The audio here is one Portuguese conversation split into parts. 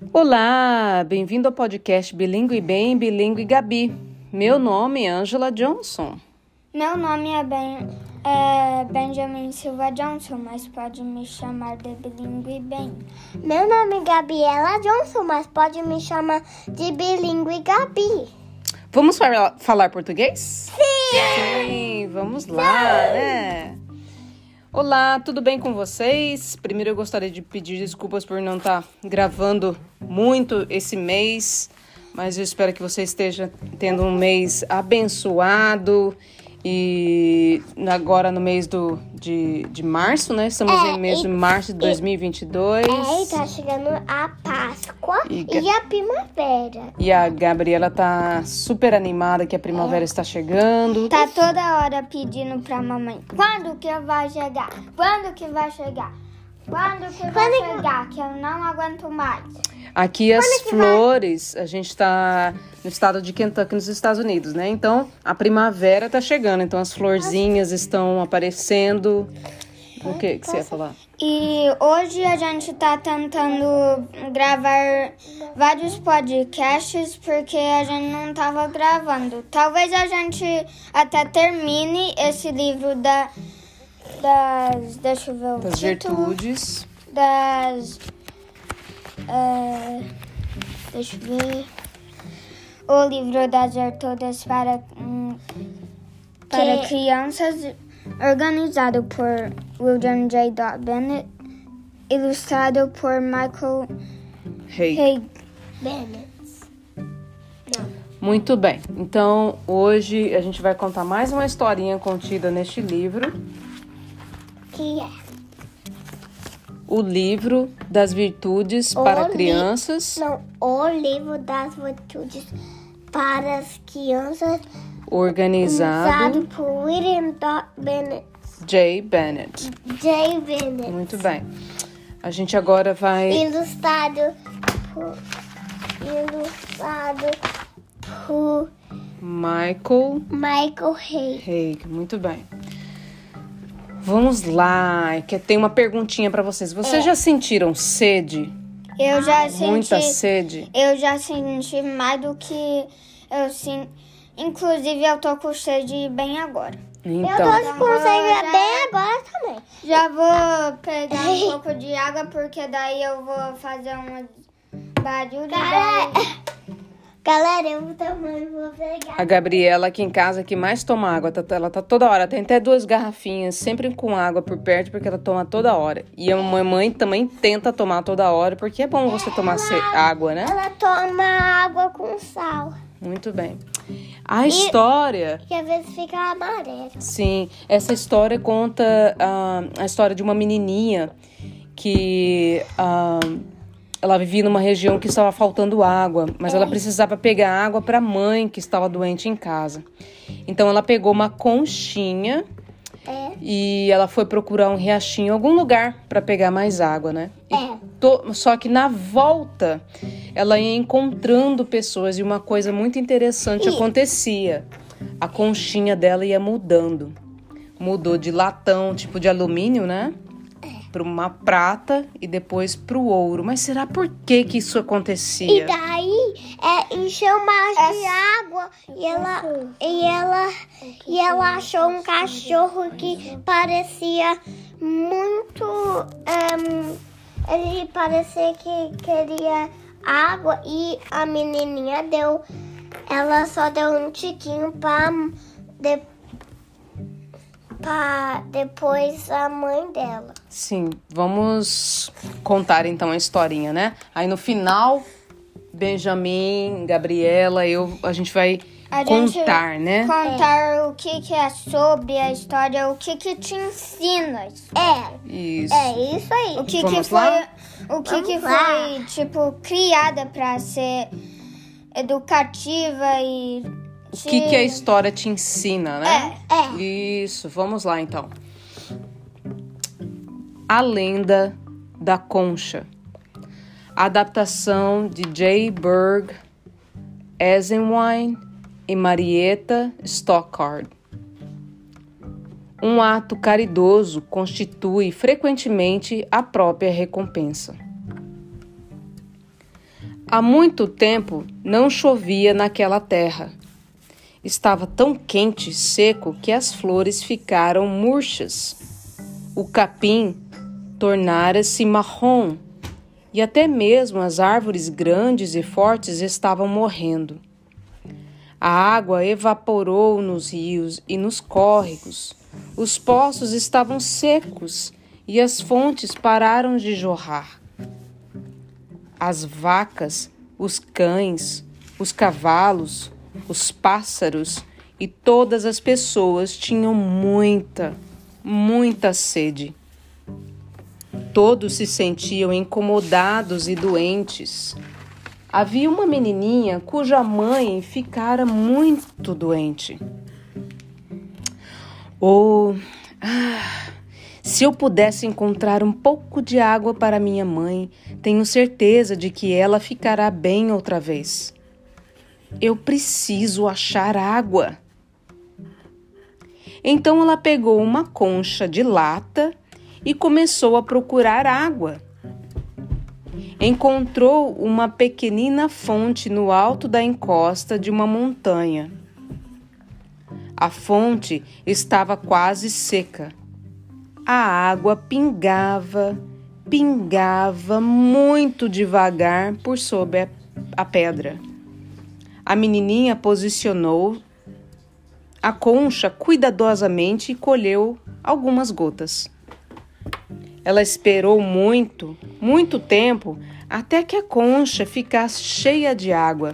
Olá, bem-vindo ao podcast Bilingue Bem, Bilingue Gabi. Meu nome é Angela Johnson. Meu nome é Benjamin Silva Johnson, mas pode me chamar de Bilingue Bem. Meu nome é Gabriela Johnson, mas pode me chamar de Bilingue Gabi. Vamos falar português? Sim! Vamos lá, né? Olá, tudo bem com vocês? Primeiro eu gostaria de pedir desculpas por não estar gravando muito esse mês, mas eu espero que você esteja tendo um mês abençoado e agora no mês de março, né? Estamos em mês de março de 2022. E tá chegando a Páscoa e a primavera. E a Gabriela tá super animada que a primavera está chegando. Tá toda hora pedindo pra mamãe, quando que vai chegar? Quando que vai chegar? Quando que vai chegar? Que eu não aguento mais. Aqui as flores, a gente tá no estado de Kentucky, nos Estados Unidos, né? Então, a primavera tá chegando, então as florzinhas estão aparecendo. O que você ia falar? E hoje a gente tá tentando gravar vários podcasts porque a gente não tava gravando. Talvez a gente até termine esse livro das deixa eu ver o Das título. virtudes. Deixa eu ver. O livro das virtudes para crianças, organizado por William J. Bennett, ilustrado por Michael Hey. Bennett. Muito bem. Então, hoje a gente vai contar mais uma historinha contida neste livro. Que é? O livro das virtudes para crianças. O livro das virtudes para as crianças, Organizado por William Bennett. J. Bennett. J. Bennett. Muito bem. A gente agora vai... Ilustrado por Michael Hay. Hey. Muito bem. Vamos lá. Tem uma perguntinha para vocês. Vocês já sentiram sede? Eu já senti. Muita sede? Eu já senti mais do que eu sinto. Inclusive, eu tô com sede bem agora. Então, Eu tô com sede bem agora também. Já vou pegar um pouco de água, porque daí eu vou fazer uma barulho. Galera, eu também vou pegar. a Gabriela aqui em casa que mais toma água. Ela tá toda hora. Tem até 2 garrafinhas, sempre com água por perto, porque ela toma toda hora. E a mamãe também tenta tomar toda hora, porque é bom você tomar água, né? Ela toma água com sal. Muito bem. A história... Que às vezes fica amarelo. Sim, essa história conta a história de uma menininha que ela vivia numa região que estava faltando água, mas ela precisava pegar água para a mãe que estava doente em casa. Então ela pegou uma conchinha e ela foi procurar um riachinho, algum lugar para pegar mais água, né? Só que na volta ela ia encontrando pessoas e uma coisa muito interessante acontecia. A conchinha dela ia mudando. Mudou de latão, tipo de alumínio, né? Para uma prata e depois para o ouro. Mas será por que isso acontecia? E daí encheu mais de água e ela achou um cachorro que parecia muito... ele parecia que queria água e a menininha ela só deu um tiquinho para depois a mãe dela. Sim, vamos contar então a historinha, né? Aí no final, Benjamin, Gabriela, a gente vai contar, né? Contar o que é sobre a história, o que te ensina. Isso. É isso aí. O que Vamos foi, lá? o que foi tipo criada para ser educativa e O que a história te ensina, né? Isso, vamos lá então. A Lenda da Concha. Adaptação de J. Berg Esenwein e Marietta Stockard. Um ato caridoso constitui frequentemente a própria recompensa. Há muito tempo não chovia naquela terra. Estava tão quente e seco que as flores ficaram murchas. O capim tornara-se marrom e até mesmo as árvores grandes e fortes estavam morrendo. A água evaporou nos rios e nos córregos. Os poços estavam secos e as fontes pararam de jorrar. As vacas, os cães, os cavalos, os pássaros e todas as pessoas tinham muita sede. Todos se sentiam incomodados e doentes. Havia uma menininha cuja mãe ficara muito doente. Se eu pudesse encontrar um pouco de água para minha mãe, tenho certeza de que ela ficará bem outra vez. Eu preciso achar água. Então ela pegou uma concha de lata e começou a procurar água. Encontrou uma pequenina fonte no alto da encosta de uma montanha. A fonte estava quase seca. A água pingava muito devagar por sob a pedra. A menininha posicionou a concha cuidadosamente e colheu algumas gotas. Ela esperou muito tempo até que a concha ficasse cheia de água.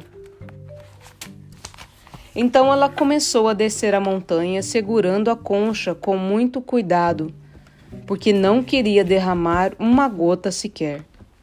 Então ela começou a descer a montanha segurando a concha com muito cuidado, porque não queria derramar uma gota sequer.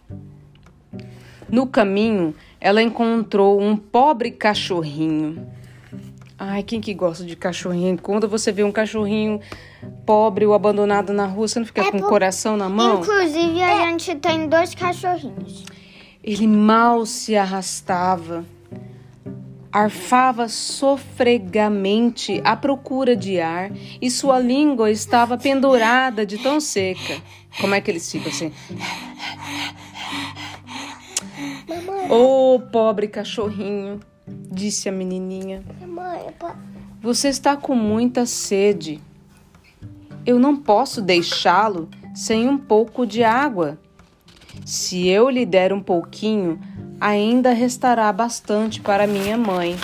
No caminho, ela encontrou um pobre cachorrinho. Ai, quem que gosta de cachorrinho? Quando você vê um cachorrinho pobre ou abandonado na rua, você não fica com o coração na mão? Inclusive, a gente tem 2 cachorrinhos. Ele mal se arrastava. Arfava sofregamente à procura de ar e sua língua estava pendurada de tão seca. Como é que eles ficam assim? Pobre cachorrinho, disse a menininha. Você está com muita sede. Eu não posso deixá-lo sem um pouco de água. Se eu lhe der um pouquinho, ainda restará bastante para minha mãe.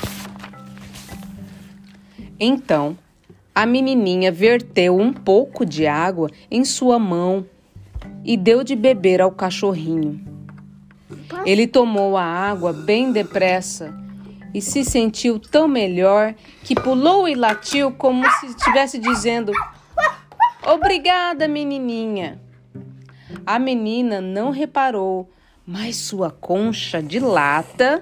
Então, a menininha verteu um pouco de água em sua mão e deu de beber ao cachorrinho. Ele tomou a água bem depressa e se sentiu tão melhor que pulou e latiu como se estivesse dizendo: "Obrigada, menininha." A menina não reparou, mas sua concha de lata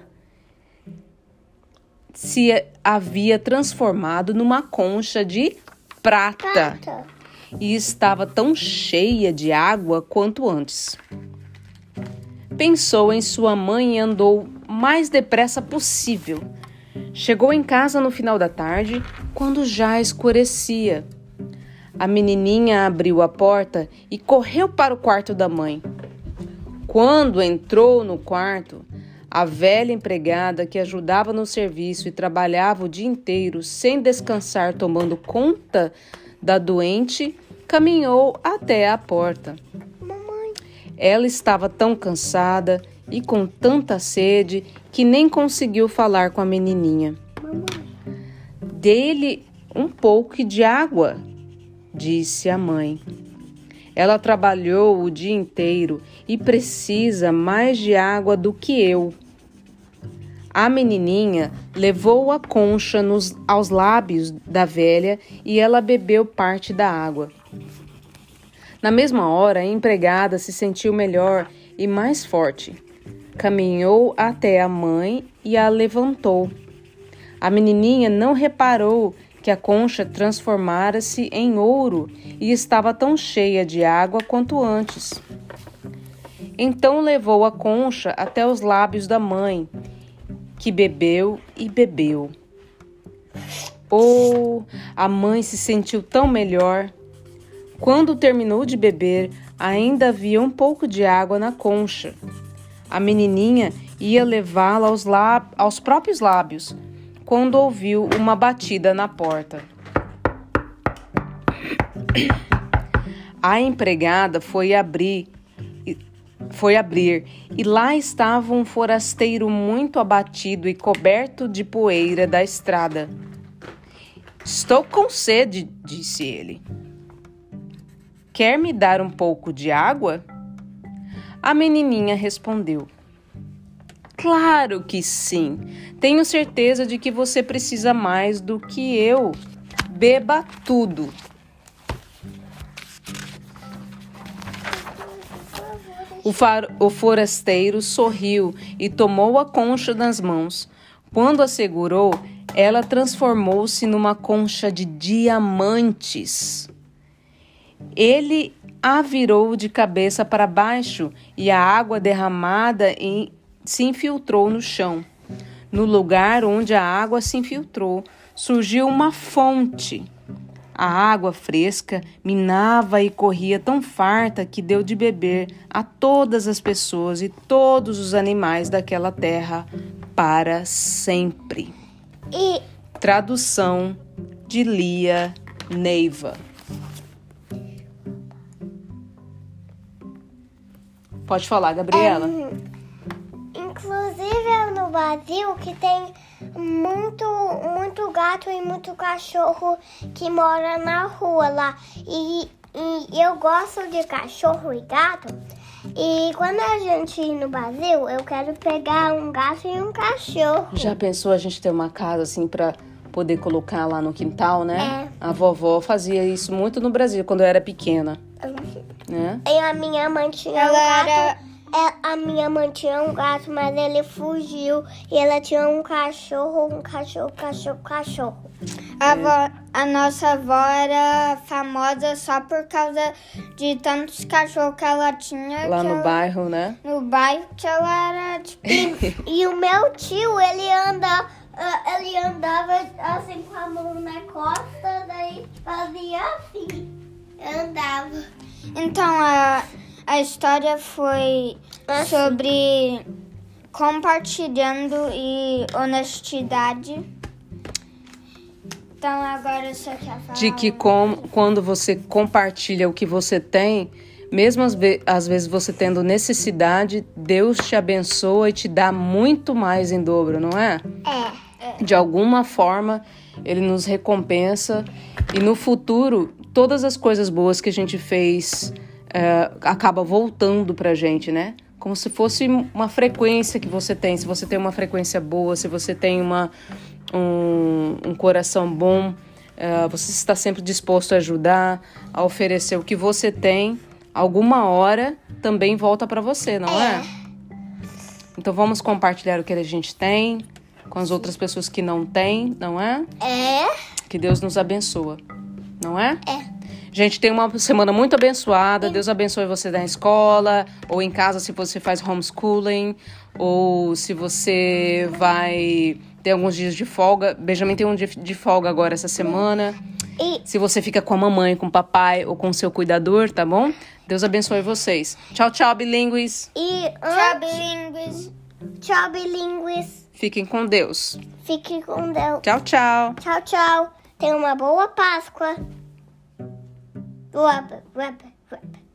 se havia transformado numa concha de prata e estava tão cheia de água quanto antes. Pensou em sua mãe e andou mais depressa possível. Chegou em casa no final da tarde, quando já escurecia. A menininha abriu a porta e correu para o quarto da mãe. Quando entrou no quarto, a velha empregada que ajudava no serviço e trabalhava o dia inteiro sem descansar tomando conta da doente, caminhou até a porta. Ela estava tão cansada e com tanta sede que nem conseguiu falar com a menininha. "Dê-lhe um pouco de água", disse a mãe. "Ela trabalhou o dia inteiro e precisa mais de água do que eu." A menininha levou a concha aos lábios da velha e ela bebeu parte da água. Na mesma hora, a empregada se sentiu melhor e mais forte. Caminhou até a mãe e a levantou. A menininha não reparou que a concha transformara-se em ouro e estava tão cheia de água quanto antes. Então levou a concha até os lábios da mãe, que bebeu e bebeu. A mãe se sentiu tão melhor. Quando terminou de beber, ainda havia um pouco de água na concha. A menininha ia levá-la aos próprios lábios, quando ouviu uma batida na porta. A empregada foi abrir e lá estava um forasteiro muito abatido e coberto de poeira da estrada. "Estou com sede", disse ele. "Quer me dar um pouco de água?" A menininha respondeu: "Claro que sim. Tenho certeza de que você precisa mais do que eu. Beba tudo." O forasteiro sorriu e tomou a concha nas mãos. Quando a segurou, ela transformou-se numa concha de diamantes. Ele a virou de cabeça para baixo e a água derramada se infiltrou no chão. No lugar onde a água se infiltrou, surgiu uma fonte. A água fresca minava e corria tão farta que deu de beber a todas as pessoas e todos os animais daquela terra para sempre. E Tradução de Lia Neiva. Pode falar, Gabriela. Inclusive no Brasil que tem muito gato e muito cachorro que mora na rua lá. E eu gosto de cachorro e gato. E quando a gente ir no Brasil, eu quero pegar um gato e um cachorro. Já pensou a gente ter uma casa assim para poder colocar lá no quintal, né? A vovó fazia isso muito no Brasil quando eu era pequena, né? E a minha mãe tinha um gato. A minha mãe tinha um gato, mas ele fugiu. E ela tinha um cachorro. A nossa avó era famosa só por causa de tantos cachorros que ela tinha. Lá no bairro, né? No bairro que ela era tipo... E o meu tio, ele andava assim com a mão na costa, daí fazia assim. Andava. Então, a história foi sobre compartilhando e honestidade. Então, agora você quer falar? De que quando você compartilha o que você tem, mesmo às vezes você tendo necessidade, Deus te abençoa e te dá muito mais em dobro, não é? De alguma forma, Ele nos recompensa e no futuro, todas as coisas boas que a gente fez acaba voltando pra gente, né? Como se fosse uma frequência que você tem. Se você tem uma frequência boa, se você tem um coração bom, você está sempre disposto a ajudar, a oferecer o que você tem, alguma hora também volta para você, não é? Então vamos compartilhar o que a gente tem com as outras pessoas que não têm, não é? Que Deus nos abençoa, não é? Gente, tem uma semana muito abençoada. Deus abençoe você na escola ou em casa se você faz homeschooling ou se você vai ter alguns dias de folga. Benjamin tem um dia de folga agora essa semana. Se você fica com a mamãe, com o papai ou com o seu cuidador, tá bom? Deus abençoe vocês. Tchau, tchau, bilíngues. Tchau, bilíngues. Tchau, bilíngues. Fiquem com Deus. Fique com Deus. Tchau, tchau. Tchau, tchau. Tenha uma boa Páscoa. Rub.